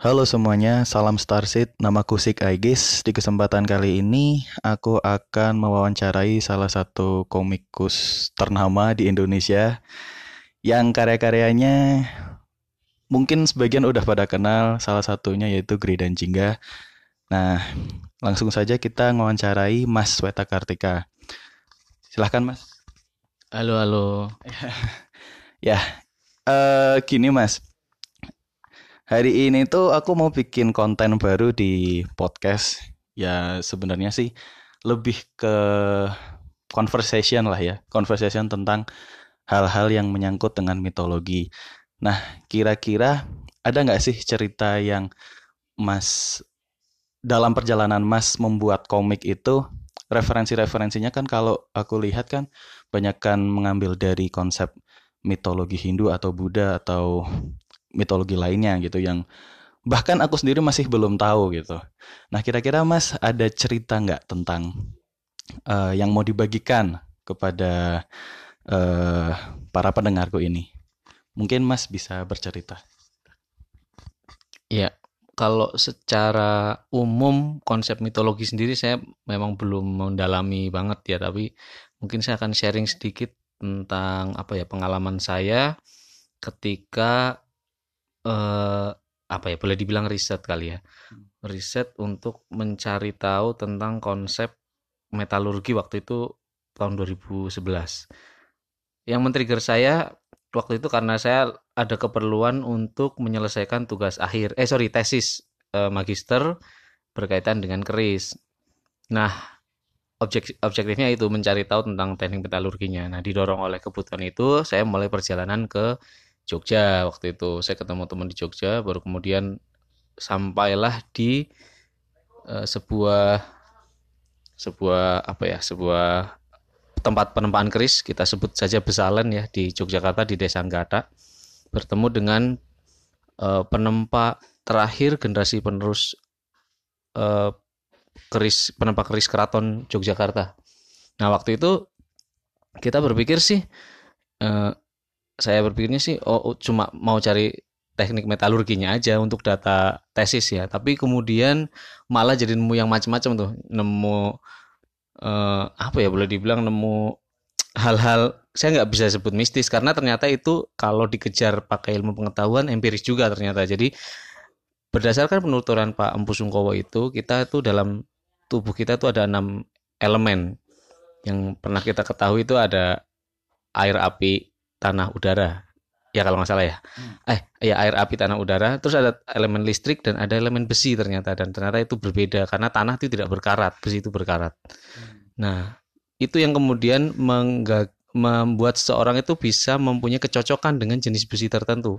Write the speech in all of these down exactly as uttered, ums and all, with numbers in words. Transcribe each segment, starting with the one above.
Halo semuanya, salam Starseed. Namaku Sik Aegis. Di kesempatan kali ini, aku akan mewawancarai salah satu komikus ternama di Indonesia yang karya-karyanya mungkin sebagian udah pada kenal, salah satunya yaitu Gri dan Jingga. Nah, langsung saja kita mewawancarai Mas Weta Kartika. Silahkan Mas. Halo, halo. Ya, eh gini Mas. Hari ini tuh aku mau bikin konten baru di podcast. Ya sebenarnya sih lebih ke conversation lah ya. Conversation tentang hal-hal yang menyangkut dengan mitologi. Nah, kira-kira ada nggak sih cerita yang Mas dalam perjalanan Mas membuat komik itu referensi-referensinya kan kalau aku lihat kan banyak kan mengambil dari konsep mitologi Hindu atau Buddha atau mitologi lainnya gitu yang bahkan aku sendiri masih belum tahu gitu. Nah, kira-kira Mas ada cerita nggak tentang eh, yang mau dibagikan kepada eh, para pendengarku ini? Mungkin Mas bisa bercerita. Ya, kalau secara umum konsep mitologi sendiri saya memang belum mendalami banget ya, tapi mungkin saya akan sharing sedikit tentang apa ya pengalaman saya ketika eh, apa ya boleh dibilang riset kali ya. Riset untuk mencari tahu tentang konsep metalurgi waktu itu tahun dua ribu sebelas. Yang men-trigger saya waktu itu karena saya ada keperluan untuk menyelesaikan tugas akhir, eh sorry tesis eh, magister berkaitan dengan keris. Nah, objek objektifnya itu mencari tahu tentang teknik metalurginya. Nah, didorong oleh kebutuhan itu, saya mulai perjalanan ke Jogja waktu itu. Saya ketemu teman di Jogja, baru kemudian sampailah di eh, sebuah sebuah apa ya, sebuah tempat penempaan keris, kita sebut saja Besalen ya, di Yogyakarta di Desa Anggata, bertemu dengan uh, penempa terakhir generasi penerus uh, keris penempa keris keraton Yogyakarta. Nah, waktu itu kita berpikir sih, uh, saya berpikirnya sih oh cuma mau cari teknik metalurginya aja untuk data tesis ya, tapi kemudian malah jadi nemu yang macam-macam tuh, nemu uh, apa ya boleh dibilang nemu hal-hal saya nggak bisa sebut mistis karena ternyata itu kalau dikejar pakai ilmu pengetahuan empiris juga ternyata. Jadi berdasarkan penuturan Pak Empu Sungkowo itu kita itu dalam tubuh kita itu ada enam elemen yang pernah kita ketahui itu ada air, api, tanah, udara. Ya kalau nggak salah ya. Hmm. Eh ya air, api, tanah, udara. Terus ada elemen listrik dan ada elemen besi ternyata dan ternyata itu berbeda karena tanah itu tidak berkarat, besi itu berkarat. Nah, itu yang kemudian mengga- membuat seseorang itu bisa mempunyai kecocokan dengan jenis besi tertentu.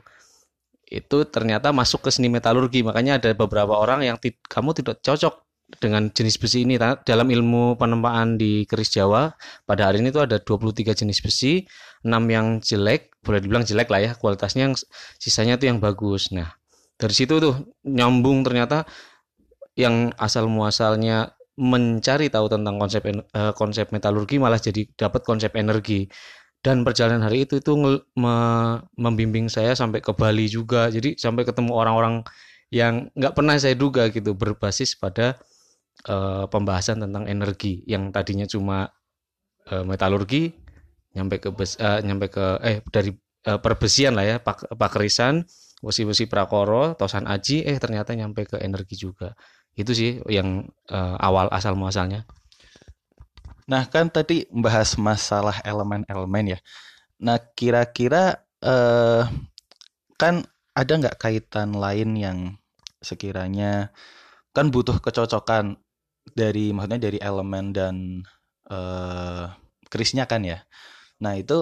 Itu ternyata masuk ke seni metalurgi. Makanya ada beberapa orang yang ti- kamu tidak cocok dengan jenis besi ini. Dalam ilmu penempaan di keris Jawa, pada hari ini tuh ada dua puluh tiga jenis besi, enam yang jelek, boleh dibilang jelek lah ya, kualitasnya yang sisanya tuh yang bagus. Nah, dari situ tuh nyambung ternyata yang asal muasalnya mencari tahu tentang konsep uh, konsep metalurgi malah jadi dapat konsep energi. Dan perjalanan hari itu itu me- membimbing saya sampai ke Bali juga, jadi sampai ketemu orang-orang yang nggak pernah saya duga gitu, berbasis pada uh, pembahasan tentang energi yang tadinya cuma uh, metalurgi, nyampe ke bes, uh, nyampe ke eh dari uh, perbesian lah ya, pak, pakerisan, besi-besi prakoro, tosan aji, eh ternyata nyampe ke energi juga. Itu sih yang uh, awal asal muasalnya. Nah, kan tadi membahas masalah elemen-elemen ya. Nah, kira-kira eh, kan ada nggak kaitan lain yang sekiranya kan butuh kecocokan dari maksudnya dari elemen dan eh kerisnya kan ya. Nah, itu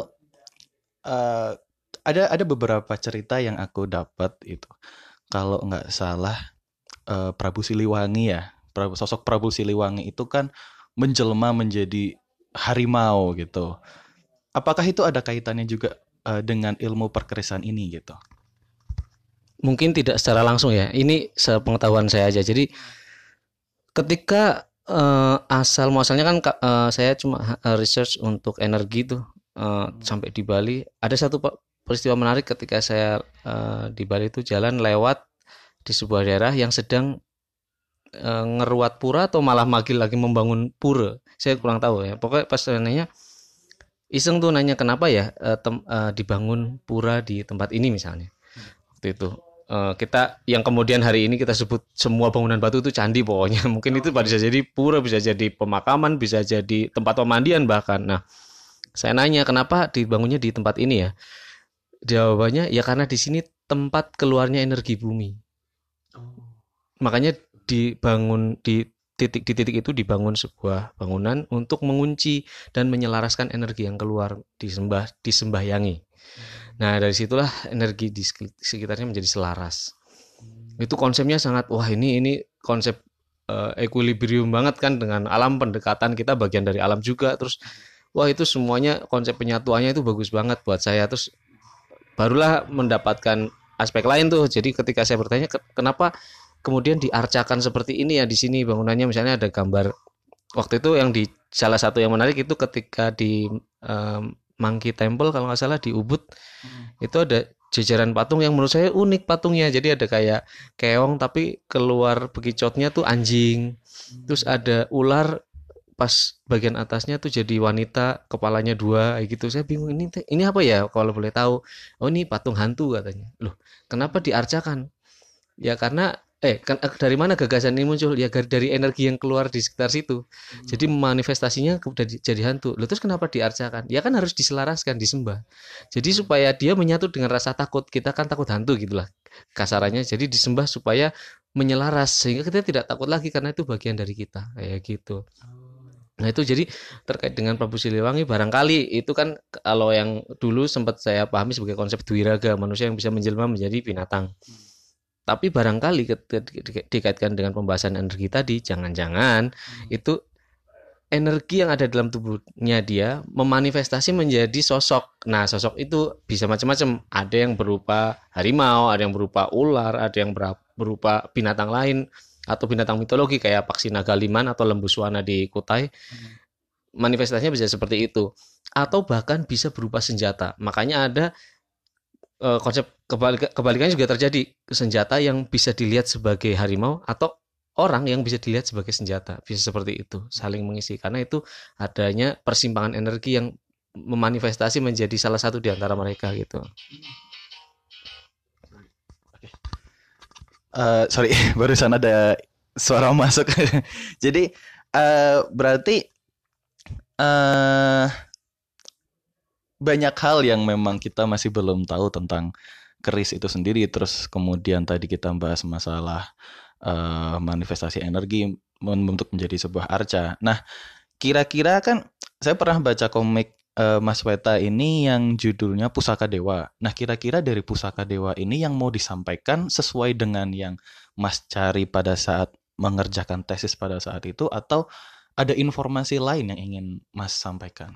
eh ada ada beberapa cerita yang aku dapat itu. Kalau nggak salah eh, Prabu Siliwangi ya. Prabu, sosok Prabu Siliwangi itu kan menjelma menjadi harimau gitu. Apakah itu ada kaitannya juga eh, dengan ilmu perkerisan ini gitu? Mungkin tidak secara langsung ya. Ini sepengetahuan saya aja. Jadi ketika uh, asal muasalnya kan uh, saya cuma uh, research untuk energi tuh uh, sampai di Bali. Ada satu peristiwa menarik ketika saya uh, di Bali itu jalan lewat di sebuah daerah yang sedang e, ngeruat pura atau malah lagi lagi membangun pura. Saya kurang tahu ya. Pokoknya pas nanya iseng tuh nanya kenapa ya e, tem, e, dibangun pura di tempat ini misalnya. Waktu itu e, kita yang kemudian hari ini kita sebut semua bangunan batu itu candi pokoknya. Mungkin itu bisa jadi pura, bisa jadi pemakaman, bisa jadi tempat pemandian bahkan. Nah, saya nanya kenapa dibangunnya di tempat ini ya? Jawabannya ya karena di sini tempat keluarnya energi bumi. Makanya dibangun di titik di titik itu dibangun sebuah bangunan untuk mengunci dan menyelaraskan energi yang keluar disembah disembahyangi. Nah, dari situlah energi di sekitarnya menjadi selaras. Itu konsepnya sangat wah ini ini konsep uh, equilibrium banget kan dengan alam, pendekatan kita bagian dari alam juga. Terus wah itu semuanya konsep penyatuannya itu bagus banget buat saya. Terus barulah mendapatkan aspek lain tuh. Jadi ketika saya bertanya kenapa kemudian diarcakan seperti ini ya di sini bangunannya, misalnya ada gambar waktu itu yang di salah satu yang menarik itu ketika di um, Monkey Temple kalau nggak salah di Ubud hmm. itu ada jajaran patung yang menurut saya unik patungnya. Jadi ada kayak keong tapi keluar bekicotnya tuh anjing, hmm. terus ada ular pas bagian atasnya tuh jadi wanita kepalanya dua gitu. Saya bingung ini ini apa ya kalau boleh tahu. Oh ini patung hantu katanya. Loh kenapa diarcakan? Ya karena eh kan, dari mana gagasan ini muncul? Ya dari energi yang keluar di sekitar situ. Hmm. Jadi manifestasinya jadi hantu. Loh terus kenapa diarcakan? Ya kan harus diselaraskan, disembah. Jadi supaya dia menyatu dengan rasa takut. Kita kan takut hantu gitulah kasarannya. Jadi disembah supaya menyelaras sehingga kita tidak takut lagi karena itu bagian dari kita. Kayak gitu. Nah itu jadi terkait dengan Prabu Siliwangi barangkali itu kan kalau yang dulu sempat saya pahami sebagai konsep dwiraga, manusia yang bisa menjelma menjadi binatang. Hmm. Tapi barangkali dikaitkan dengan pembahasan energi tadi, jangan-jangan hmm. itu energi yang ada dalam tubuhnya dia memanifestasi menjadi sosok. Nah, sosok itu bisa macam-macam. Ada yang berupa harimau, ada yang berupa ular, ada yang berupa binatang lain atau binatang mitologi kayak Paksi Nagaliman atau Lembu Suwana di Kutai. Hmm. Manifestasinya bisa seperti itu. Atau bahkan bisa berupa senjata. Makanya ada konsep kebalik, kebalikannya juga terjadi, senjata yang bisa dilihat sebagai harimau atau orang yang bisa dilihat sebagai senjata, bisa seperti itu, saling mengisi karena itu adanya persimpangan energi yang memanifestasi menjadi salah satu di antara mereka gitu. Uh, sorry barusan ada suara masuk. Jadi uh, berarti uh, banyak hal yang memang kita masih belum tahu tentang keris itu sendiri. Terus kemudian tadi kita bahas masalah uh, manifestasi energi membentuk menjadi sebuah arca. Nah, kira-kira kan saya pernah baca komik uh, Mas Weta ini yang judulnya Pusaka Dewa. Nah, kira-kira dari Pusaka Dewa ini yang mau disampaikan sesuai dengan yang Mas cari pada saat mengerjakan tesis pada saat itu, atau ada informasi lain yang ingin Mas sampaikan?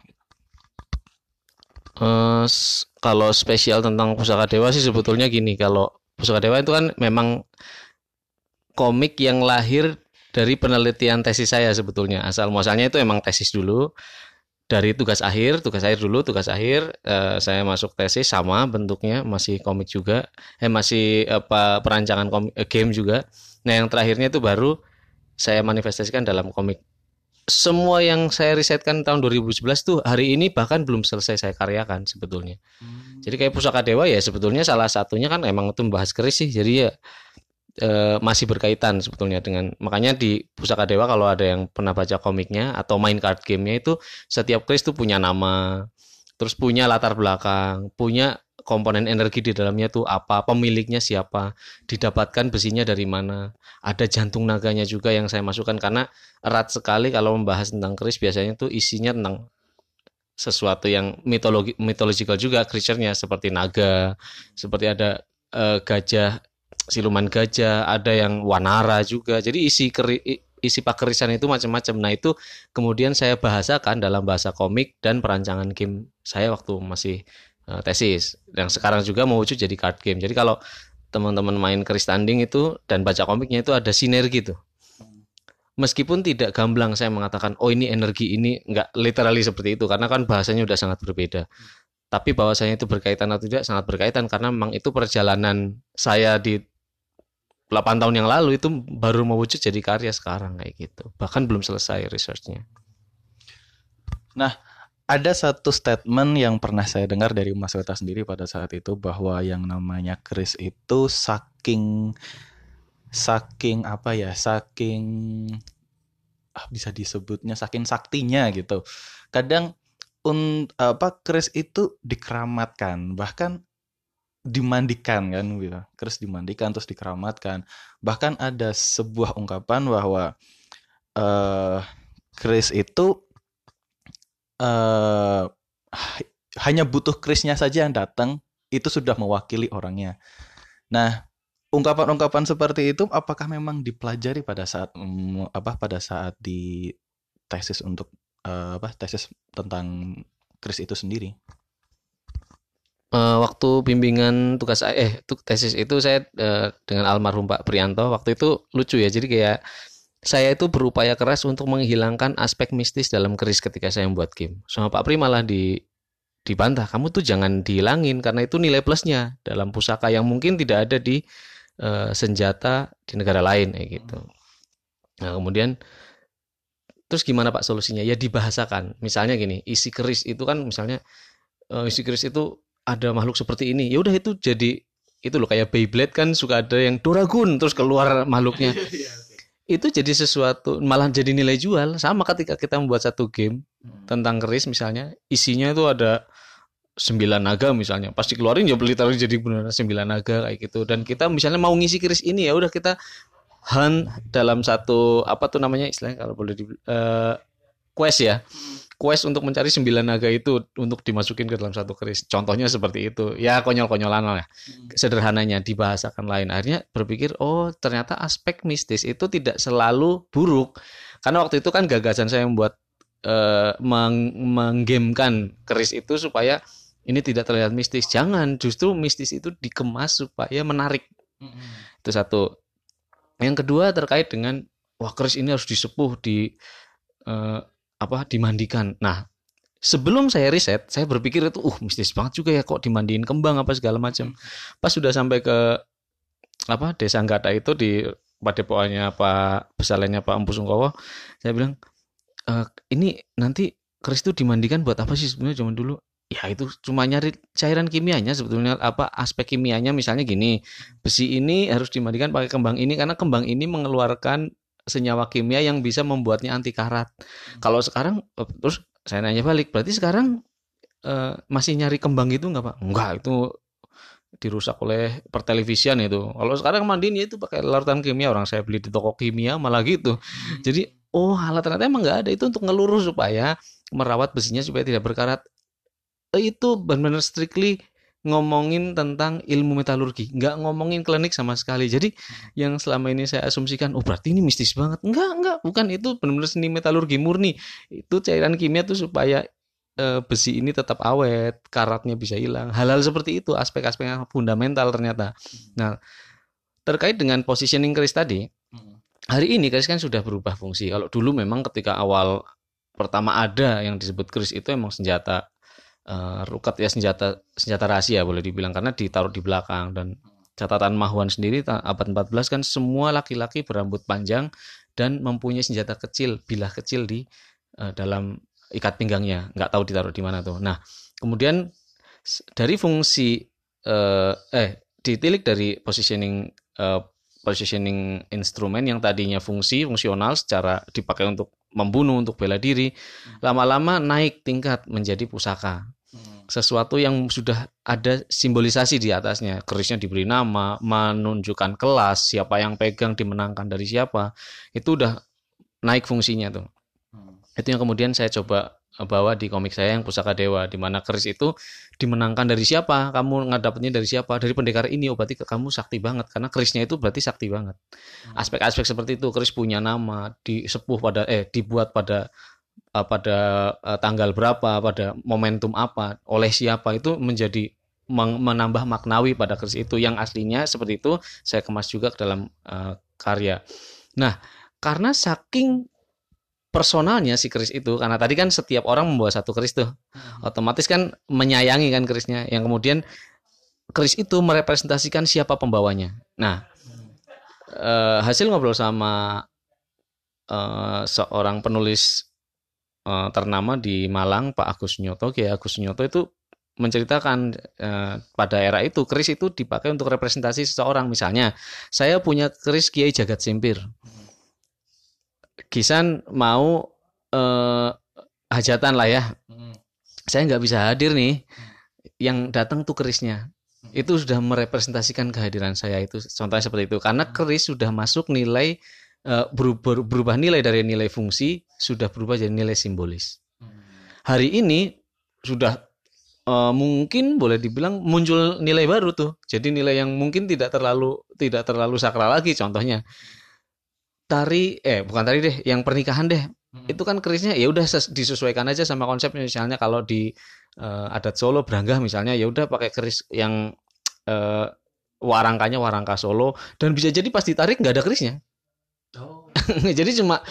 Uh, kalau spesial tentang Pusaka Dewa sih sebetulnya gini, kalau Pusaka Dewa itu kan memang komik yang lahir dari penelitian tesis saya sebetulnya. Asal muasalnya itu emang tesis dulu, dari tugas akhir, tugas akhir dulu, tugas akhir uh, saya masuk tesis sama bentuknya masih komik juga, eh masih apa perancangan komik, eh, game juga. Nah yang terakhirnya itu baru saya manifestasikan dalam komik. Semua yang saya risetkan tahun dua ribu sebelas tuh hari ini bahkan belum selesai saya karyakan sebetulnya. Hmm. Jadi kayak Pusaka Dewa ya sebetulnya salah satunya kan emang itu membahas keris sih. Jadi ya e, masih berkaitan sebetulnya dengan, makanya di Pusaka Dewa kalau ada yang pernah baca komiknya atau main card gamenya itu setiap keris tuh punya nama, terus punya latar belakang, punya komponen energi di dalamnya tuh apa, pemiliknya siapa, didapatkan besinya dari mana, ada jantung naganya juga yang saya masukkan karena erat sekali kalau membahas tentang keris biasanya tuh isinya tentang sesuatu yang mitologi mythological juga, creature-nya seperti naga, seperti ada uh, gajah, siluman gajah, ada yang wanara juga. Jadi isi keri, isi pakerisan itu macam-macam. Nah, itu kemudian saya bahasakan dalam bahasa komik dan perancangan game saya waktu masih tesis, yang sekarang juga mau wujud jadi card game. Jadi kalau teman-teman main keris tanding itu dan baca komiknya itu ada sinergi tuh. Meskipun tidak gamblang saya mengatakan oh ini energi ini, enggak literally seperti itu karena kan bahasanya udah sangat berbeda. Tapi bahwasanya itu berkaitan atau tidak sangat berkaitan karena memang itu perjalanan saya di delapan tahun yang lalu itu baru mewujud jadi karya sekarang kayak gitu. Bahkan belum selesai researchnya. Nah, ada satu statement yang pernah saya dengar dari Mas Weta sendiri pada saat itu bahwa yang namanya keris itu saking saking apa ya, saking ah, bisa disebutnya saking saktinya gitu. Kadang un, apa keris itu dikeramatkan, bahkan dimandikan kan gitu. Keris dimandikan terus dikeramatkan. Bahkan ada sebuah ungkapan bahwa eh keris itu eh hanya butuh kerisnya saja yang datang itu sudah mewakili orangnya. Nah, ungkapan-ungkapan seperti itu apakah memang dipelajari pada saat mm, apa pada saat di tesis untuk eh, apa tesis tentang keris itu sendiri? Eh, waktu bimbingan tugas eh tuh tesis itu saya eh, dengan almarhum Pak Prianto waktu itu lucu ya. Jadi kayak saya itu berupaya keras untuk menghilangkan aspek mistis dalam keris ketika saya membuat game. Sama Pak Pri malah di dibantah, kamu tuh jangan dihilangin karena itu nilai plusnya dalam pusaka yang mungkin tidak ada di eh, senjata di negara lain kayak gitu. Nah, kemudian terus gimana Pak solusinya? Ya dibahasakan. Misalnya gini, isi keris itu kan misalnya eh, isi keris itu ada makhluk seperti ini. Ya udah itu jadi itu loh kayak Beyblade kan suka ada yang Doragun terus keluar makhluknya. Itu jadi sesuatu malah jadi nilai jual. Sama ketika kita membuat satu game tentang keris misalnya, isinya itu ada sembilan naga misalnya. Pasti keluarin ya beli taruh jadi benar sembilan naga kayak gitu. Dan kita misalnya mau ngisi keris ini ya udah kita hunt dalam satu apa tuh namanya istilahnya kalau boleh di uh, quest ya. Quest untuk mencari sembilan naga itu untuk dimasukin ke dalam satu keris. Contohnya seperti itu. Ya konyol-konyolan lah. Sederhananya dibahasakan lain. Akhirnya berpikir, oh ternyata aspek mistis itu tidak selalu buruk. Karena waktu itu kan gagasan saya membuat uh, meng- menggamekan keris itu supaya ini tidak terlihat mistis. Jangan, justru mistis itu dikemas supaya menarik. Mm-hmm. Itu satu. Yang kedua terkait dengan wah keris ini harus disepuh di uh, apa dimandikan. Nah, sebelum saya riset, saya berpikir itu uh mistis banget juga ya kok dimandiin kembang apa segala macam. Pas sudah sampai ke apa Desa Anggata itu di padepokannya Pak Besalennya Pak Empu Sungkowo, saya bilang e, ini nanti keris itu dimandikan buat apa sih sebenarnya zaman dulu? Ya itu cuma nyari cairan kimianya sebetulnya apa aspek kimianya misalnya gini, besi ini harus dimandikan pakai kembang ini karena kembang ini mengeluarkan senyawa kimia yang bisa membuatnya anti karat. Hmm. Kalau sekarang terus saya nanya balik, berarti sekarang uh, masih nyari kembang itu enggak Pak? Enggak, itu dirusak oleh pertelevisian itu. Kalau sekarang mandiin ya itu pakai larutan kimia, orang saya beli di toko kimia malah gitu. Hmm. Jadi oh alat ternyata emang enggak ada, itu untuk ngeluruh supaya merawat besinya supaya tidak berkarat. Itu benar-benar strictly ngomongin tentang ilmu metalurgi, nggak ngomongin klinik sama sekali. Jadi yang selama ini saya asumsikan, oh berarti ini mistis banget. Enggak, enggak, bukan, itu benar-benar seni metalurgi murni. Itu cairan kimia tuh supaya e, besi ini tetap awet, karatnya bisa hilang. Hal-hal seperti itu, aspek-aspek yang fundamental ternyata. Nah, terkait dengan positioning keris tadi, hari ini keris kan sudah berubah fungsi. Kalau dulu memang ketika awal pertama ada yang disebut keris itu emang senjata Uh, rukat ya senjata senjata rahasia boleh dibilang karena ditaruh di belakang. Dan catatan Mahuan sendiri abad empat belas kan semua laki-laki berambut panjang dan mempunyai senjata kecil bilah kecil di uh, dalam ikat pinggangnya, nggak tahu ditaruh di mana tuh. Nah kemudian dari fungsi uh, eh ditilik dari positioning uh, positioning instrumen yang tadinya fungsi fungsional secara dipakai untuk membunuh, untuk bela diri, lama-lama naik tingkat menjadi pusaka. Sesuatu yang sudah ada simbolisasi di atasnya. Kerisnya diberi nama, menunjukkan kelas, siapa yang pegang dimenangkan dari siapa. Itu udah naik fungsinya tuh. Itu yang kemudian saya coba bawa di komik saya yang Pusaka Dewa, di mana keris itu dimenangkan dari siapa, kamu ngadapetnya dari siapa, dari pendekar ini. Oh berarti kamu sakti banget karena kerisnya itu berarti sakti banget. Aspek-aspek seperti itu, keris punya nama, disepuh pada eh dibuat pada uh, pada uh, tanggal berapa, pada momentum apa, oleh siapa, itu menjadi meng- menambah maknawi pada keris itu. Yang aslinya seperti itu saya kemas juga ke dalam uh, karya. Nah, karena saking personalnya si keris itu, karena tadi kan setiap orang membawa satu keris tuh, otomatis kan menyayangi kan kerisnya, yang kemudian keris itu merepresentasikan siapa pembawanya. Nah eh, hasil ngobrol sama eh, seorang penulis eh, ternama di Malang, Pak Agus Nyoto, Kiai Agus Nyoto itu menceritakan eh, pada era itu keris itu dipakai untuk representasi seseorang. Misalnya, saya punya keris Kiai Jagat Simpir. Gisan mau eh, hajatan lah ya. Saya nggak bisa hadir nih. Yang datang tuh kerisnya. Itu sudah merepresentasikan kehadiran saya itu. Contohnya seperti itu. Karena keris sudah masuk nilai eh, berubah, berubah nilai dari nilai fungsi sudah berubah jadi nilai simbolis. Hari ini sudah Uh, mungkin boleh dibilang muncul nilai baru tuh. Jadi nilai yang mungkin tidak terlalu tidak terlalu sakral lagi. Contohnya tari eh bukan tari deh, yang pernikahan deh. Hmm. Itu kan kerisnya ya udah disesuaikan aja sama konsepnya. Misalnya kalau di uh, adat Solo Branggah misalnya ya udah pakai keris yang uh, warangkanya warangka Solo dan bisa jadi pas ditarik nggak ada kerisnya. Oh. Jadi cuma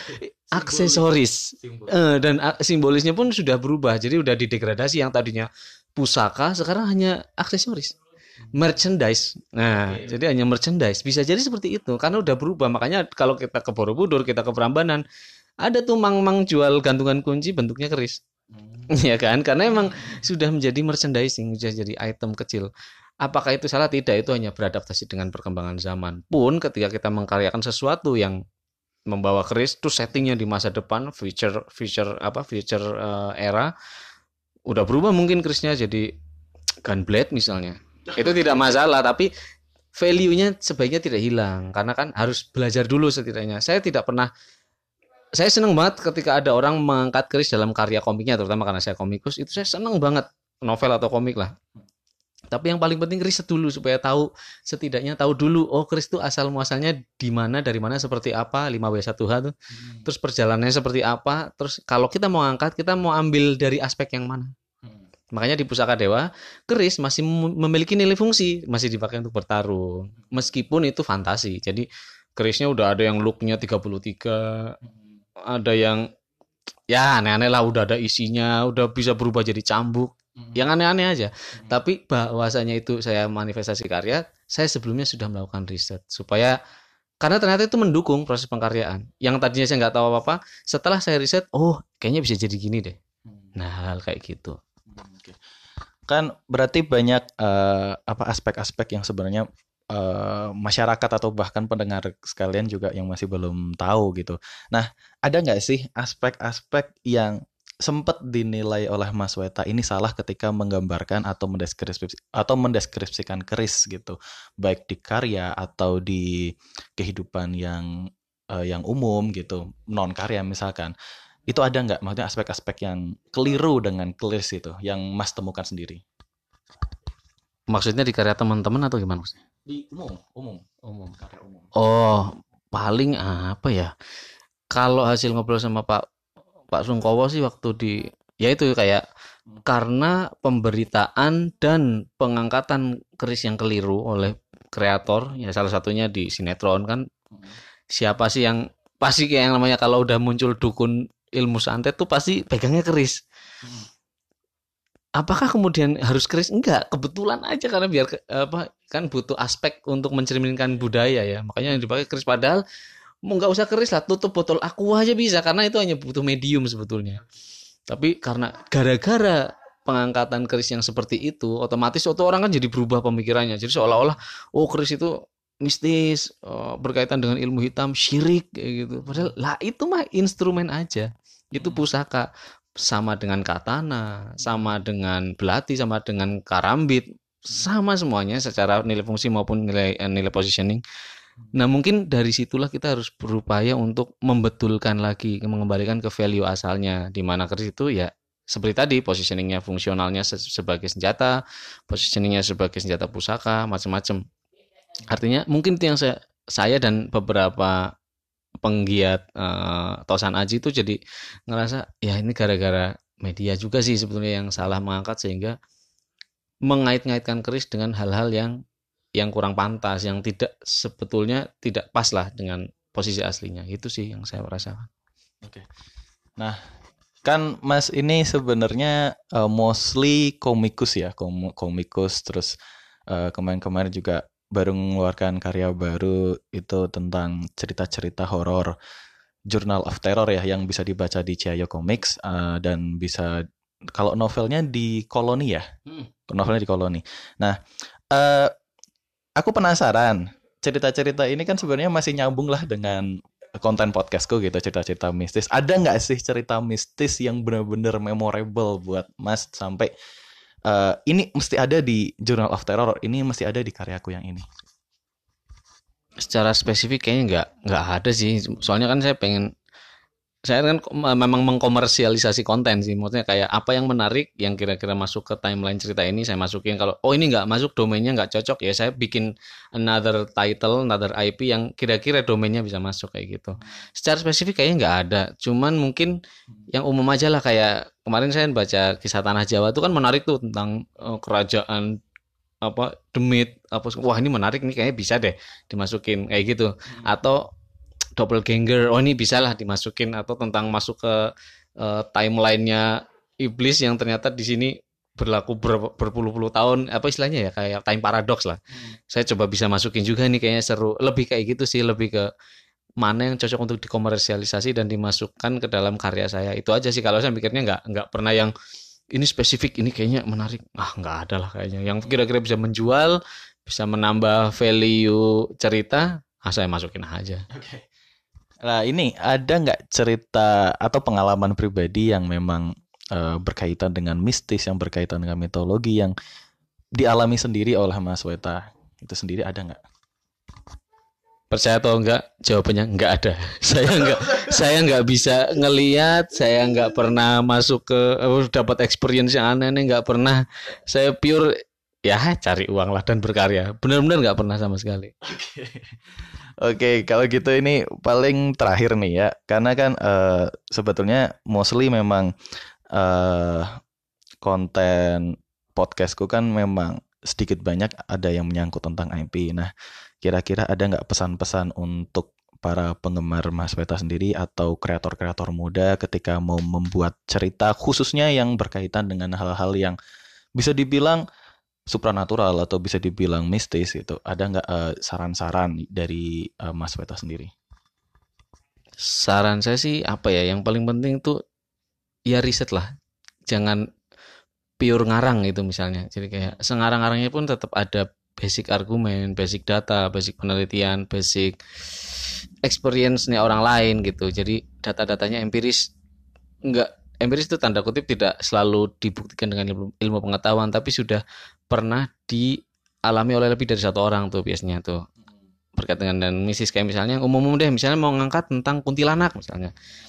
aksesoris. Uh, dan uh, simbolisnya pun sudah berubah. Jadi udah didegradasi yang tadinya pusaka sekarang hanya aksesoris, merchandise. Nah, okay. Jadi hanya merchandise. Bisa jadi seperti itu karena udah berubah. Makanya kalau kita ke Borobudur, kita ke Prambanan, ada tuh mang-mang jual gantungan kunci bentuknya keris. Hmm. Ya kan? Karena emang sudah menjadi merchandising, sudah jadi item kecil. Apakah itu salah? Tidak, itu hanya beradaptasi dengan perkembangan zaman. Pun ketika kita mengkaryakan sesuatu yang membawa keris itu settingnya di masa depan, future future apa? future uh, era udah berubah mungkin kerisnya jadi gunblade misalnya. Itu tidak masalah, tapi value-nya sebaiknya tidak hilang karena kan harus belajar dulu setidaknya. Saya tidak pernah saya senang banget ketika ada orang mengangkat keris dalam karya komiknya, terutama karena saya komikus, itu saya senang banget, novel atau komik lah. Tapi yang paling penting riset dulu supaya tahu, setidaknya tahu dulu oh keris itu asal muasalnya di mana, dari mana, seperti apa, lima W satu H tuh. Hmm. Terus perjalanannya seperti apa, terus kalau kita mau angkat, kita mau ambil dari aspek yang mana. Hmm. Makanya di Pusaka Dewa, keris masih memiliki nilai fungsi, masih dipakai untuk bertarung. Meskipun itu fantasi. Jadi kerisnya udah ada yang looknya tiga puluh tiga, hmm. ada yang ya aneh-aneh lah, udah ada isinya, udah bisa berubah jadi cambuk. Yang aneh-aneh aja. Hmm. Tapi bahwasanya itu saya manifestasi karya, saya sebelumnya sudah melakukan riset supaya karena ternyata itu mendukung proses pengkaryaan. Yang tadinya saya nggak tahu apa-apa, setelah saya riset, oh kayaknya bisa jadi gini deh. Hmm. Nah hal kayak gitu. Hmm, okay. Kan berarti banyak uh, apa aspek-aspek yang sebenarnya uh, masyarakat atau bahkan pendengar sekalian juga yang masih belum tahu gitu. Nah ada nggak sih aspek-aspek yang sempat dinilai oleh Mas Weta ini salah ketika menggambarkan atau mendeskripsi atau mendeskripsikan keris gitu, baik di karya atau di kehidupan yang uh, yang umum gitu, non karya misalkan, itu ada nggak maksudnya aspek-aspek yang keliru dengan keris itu yang Mas temukan sendiri? Maksudnya di karya teman-teman atau gimana maksudnya? Di umum, umum, umum karya umum. Oh paling apa ya? Kalau hasil ngobrol sama Pak Pak Sungkowo sih waktu di ya itu kayak hmm. karena pemberitaan dan pengangkatan keris yang keliru oleh kreator ya salah satunya di sinetron kan hmm. siapa sih yang pasti kayak yang namanya kalau udah muncul dukun ilmu santet tuh pasti pegangnya keris. Hmm. Apakah kemudian harus keris? Enggak, kebetulan aja karena biar apa kan butuh aspek untuk mencerminkan budaya ya makanya yang dipakai keris padahal mau nggak usah keris lah, tutup botol aqua aja bisa karena itu hanya butuh medium sebetulnya. Tapi karena gara-gara pengangkatan keris yang seperti itu, otomatis auto orang kan jadi berubah pemikirannya. Jadi seolah-olah oh keris itu mistis, oh, berkaitan dengan ilmu hitam, syirik kayak gitu. Padahal lah itu mah instrumen aja. Itu pusaka sama dengan katana, sama dengan belati, sama dengan karambit, sama semuanya secara nilai fungsi maupun nilai nilai positioning. Nah mungkin dari situlah kita harus berupaya untuk membetulkan lagi, mengembalikan ke value asalnya, di mana keris itu ya seperti tadi positioningnya, fungsionalnya sebagai senjata, positioningnya sebagai senjata pusaka, macam-macam. Artinya mungkin itu yang saya, saya dan beberapa penggiat uh, Tosan Aji itu jadi ngerasa ya ini gara-gara media juga sih sebetulnya yang salah mengangkat sehingga mengait-ngaitkan keris dengan hal-hal yang yang kurang pantas, yang tidak sebetulnya tidak pas lah dengan posisi aslinya. Itu sih yang saya rasakan. Oke. Nah, kan Mas ini sebenarnya uh, mostly komikus ya, Kom- komikus terus uh, kemarin-kemarin juga baru mengeluarkan karya baru itu tentang cerita-cerita horor Journal of Terror ya, yang bisa dibaca di Ciayo Comics, uh, dan bisa kalau novelnya di Koloni ya, hmm. novelnya di Koloni. Nah, uh, aku penasaran, cerita-cerita ini kan sebenarnya masih nyambung lah dengan konten podcastku gitu, cerita-cerita mistis. Ada nggak sih cerita mistis yang benar-benar memorable buat Mas sampai uh, ini mesti ada di Journal of Terror, ini mesti ada di karyaku yang ini? Secara spesifik kayaknya nggak nggak ada sih. Soalnya kan saya pengen, saya kan memang mengkomersialisasi konten sih. Maksudnya kayak apa yang menarik, yang kira-kira masuk ke timeline cerita ini saya masukin. Kalau oh ini nggak masuk, domainnya nggak cocok, ya saya bikin another title, another I P yang kira-kira domainnya bisa masuk kayak gitu. Secara spesifik kayaknya nggak ada. Cuman mungkin yang umum aja lah, kayak kemarin saya baca kisah Tanah Jawa itu kan menarik tuh, tentang uh, kerajaan apa demit apa, wah ini menarik nih, kayaknya bisa deh dimasukin kayak gitu. hmm. Atau doppelganger, oh ini bisa lah dimasukin. Atau tentang masuk ke uh, timelinenya iblis yang ternyata di sini berlaku ber, berpuluh-puluh tahun, apa istilahnya ya, kayak time paradox lah. hmm. Saya coba bisa masukin juga nih, kayaknya seru. Lebih kayak gitu sih, lebih ke mana yang cocok untuk dikomersialisasi dan dimasukkan ke dalam karya saya. Itu aja sih kalau saya mikirnya, nggak nggak pernah yang ini spesifik, ini kayaknya menarik. Ah, nggak ada lah kayaknya. Yang kira-kira bisa menjual, bisa menambah value cerita, ah saya masukin aja. Oke. Okay. Nah ini ada nggak cerita atau pengalaman pribadi yang memang uh, berkaitan dengan mistis, yang berkaitan dengan mitologi, yang dialami sendiri oleh Mas Weta itu sendiri, ada nggak? Percaya atau enggak, jawabannya enggak ada. Saya enggak saya enggak bisa ngelihat, saya enggak pernah masuk ke uh, dapat experience yang aneh-aneh, enggak pernah. Saya pure ya cari uang lah dan berkarya. Benar-benar enggak pernah sama sekali. Oke. Okay. Oke, okay, kalau gitu ini paling terakhir nih ya. Karena kan uh, sebetulnya mostly memang uh, konten podcastku kan memang sedikit banyak ada yang menyangkut tentang I P. Nah, kira-kira ada nggak pesan-pesan untuk para penggemar Mas Weta sendiri atau kreator-kreator muda ketika mau membuat cerita, khususnya yang berkaitan dengan hal-hal yang bisa dibilang supranatural atau bisa dibilang mistis itu? Ada nggak uh, saran-saran dari uh, Mas Weta sendiri? Saran saya sih apa ya, yang paling penting tuh ya riset lah. Jangan pure ngarang gitu misalnya. Jadi kayak sengarang-ngarangnya pun tetap ada basic argumen, basic data, basic penelitian, basic experience nih orang lain gitu. Jadi data-datanya empiris. Enggak, empiris itu tanda kutip tidak selalu dibuktikan dengan ilmu, ilmu pengetahuan, tapi sudah pernah dialami oleh lebih dari satu orang tuh biasanya tuh. Berkaitan dengan mistis, kayak misalnya umum-umum deh, misalnya mau ngangkat tentang kuntilanak misalnya.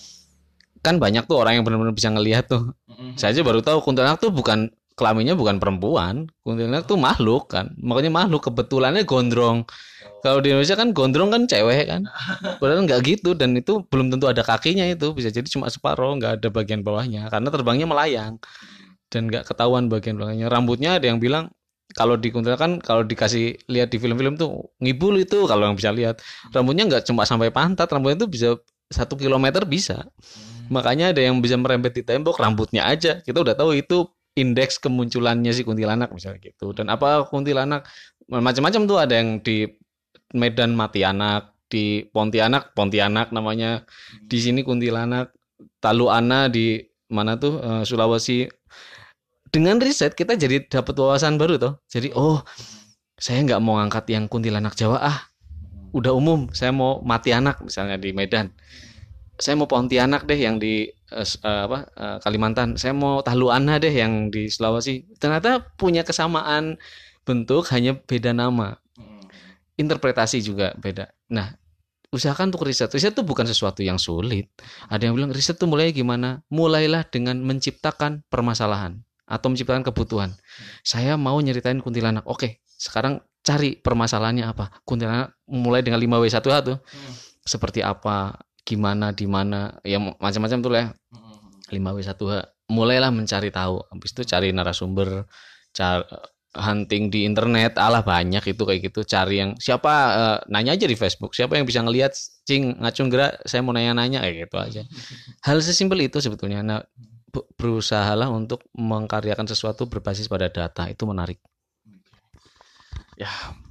Kan banyak tuh orang yang benar-benar bisa ngelihat tuh. Mm-hmm. Saya aja baru tahu kuntilanak tuh bukan, kelaminnya bukan perempuan. Kuntilanak tuh makhluk kan. Makanya makhluk, kebetulannya gondrong. Kalau di Indonesia kan gondrong kan cewek kan. Padahal nggak gitu, dan itu belum tentu ada kakinya, itu bisa jadi cuma separuh, nggak ada bagian bawahnya karena terbangnya melayang dan nggak ketahuan bagian belakangnya. Rambutnya ada yang bilang kalau di kuntilanak kan, kalau dikasih lihat di film-film tuh ngibul itu, kalau yang bisa lihat rambutnya nggak cuma sampai pantat, rambutnya tuh bisa satu kilometer bisa. Makanya ada yang bisa merembet di tembok rambutnya aja. Kita udah tahu itu indeks kemunculannya si kuntilanak misalnya gitu. Dan apa kuntilanak macam-macam tuh, ada yang di Medan Matianak, di Pontianak Pontianak namanya, di sini kuntilanak, Taluana di mana tuh uh, Sulawesi. Dengan riset kita jadi dapat wawasan baru tuh. Jadi oh, saya nggak mau ngangkat yang kuntilanak Jawa, ah udah umum, saya mau Matianak misalnya di Medan. Saya mau Pontianak deh yang di uh, apa uh, Kalimantan. Saya mau Tahluana deh yang di Sulawesi. Ternyata punya kesamaan bentuk, hanya beda nama. Interpretasi juga beda. Nah, usahakan untuk riset. Riset itu bukan sesuatu yang sulit. Ada yang bilang riset itu mulai gimana? Mulailah dengan menciptakan permasalahan atau menciptakan kebutuhan. Saya mau nyeritain kuntilanak. Oke, sekarang cari permasalahannya apa? Kuntilanak mulai dengan lima W satu H tuh. Hmm. Seperti apa? Gimana, di mana, ya macam-macam tuh lah. lima W satu H. Mulailah mencari tahu. Habis itu cari narasumber, cari hunting di internet, alah banyak itu kayak gitu. Cari yang siapa, uh, nanya aja di Facebook, siapa yang bisa ngelihat cing ngacung gerak, saya mau nanya-nanya kayak gitu aja. Hal sesimpel itu sebetulnya. Nah, berusahalah untuk mengkaryakan sesuatu berbasis pada data, itu menarik. Ya,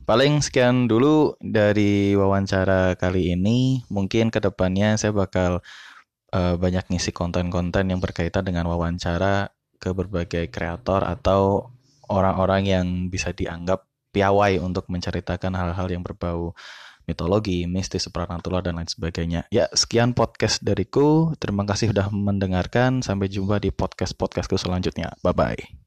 paling sekian dulu dari wawancara kali ini. Mungkin kedepannya saya bakal uh, banyak ngisi konten-konten yang berkaitan dengan wawancara ke berbagai kreator atau orang-orang yang bisa dianggap piawai untuk menceritakan hal-hal yang berbau mitologi, mistis, supranatural, dan lain sebagainya. Ya, sekian podcast dariku. Terima kasih sudah mendengarkan. Sampai jumpa di podcast-podcastku selanjutnya. Bye-bye.